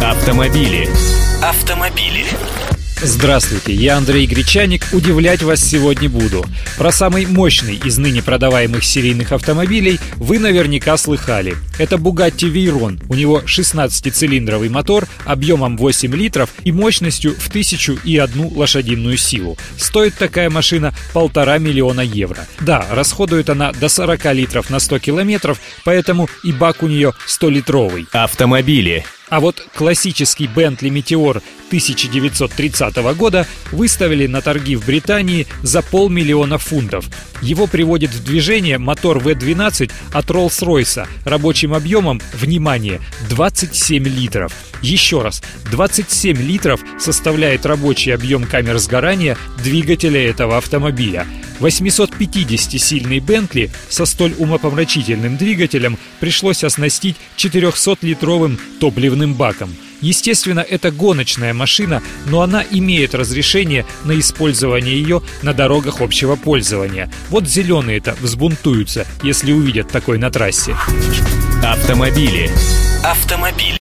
Автомобили. Здравствуйте, я Андрей Гречаник. Удивлять вас сегодня буду. Про самый мощный из ныне продаваемых серийных автомобилей вы наверняка слыхали. Это Bugatti Veyron. У него 16-цилиндровый мотор объемом 8 литров и мощностью в 1001 лошадиную силу. Стоит такая машина 1,5 миллиона евро. Да, расходует она до 40 литров на 100 километров, поэтому и бак у нее 100-литровый. Автомобили. А вот классический Bentley Meteor 1930 года выставили на торги в Британии за 500 000 фунтов. Его приводит в движение мотор V12 от Rolls-Royce рабочим объемом, внимание, 27 литров. Еще раз, 27 литров составляет рабочий объем камер сгорания двигателя этого автомобиля. 850-сильный Bentley со столь умопомрачительным двигателем пришлось оснастить 400-литровым топливным баком. Естественно, это гоночная машина, но она имеет разрешение на использование ее на дорогах общего пользования. Вот зеленые-то взбунтуются, если увидят такой на трассе. Автомобили.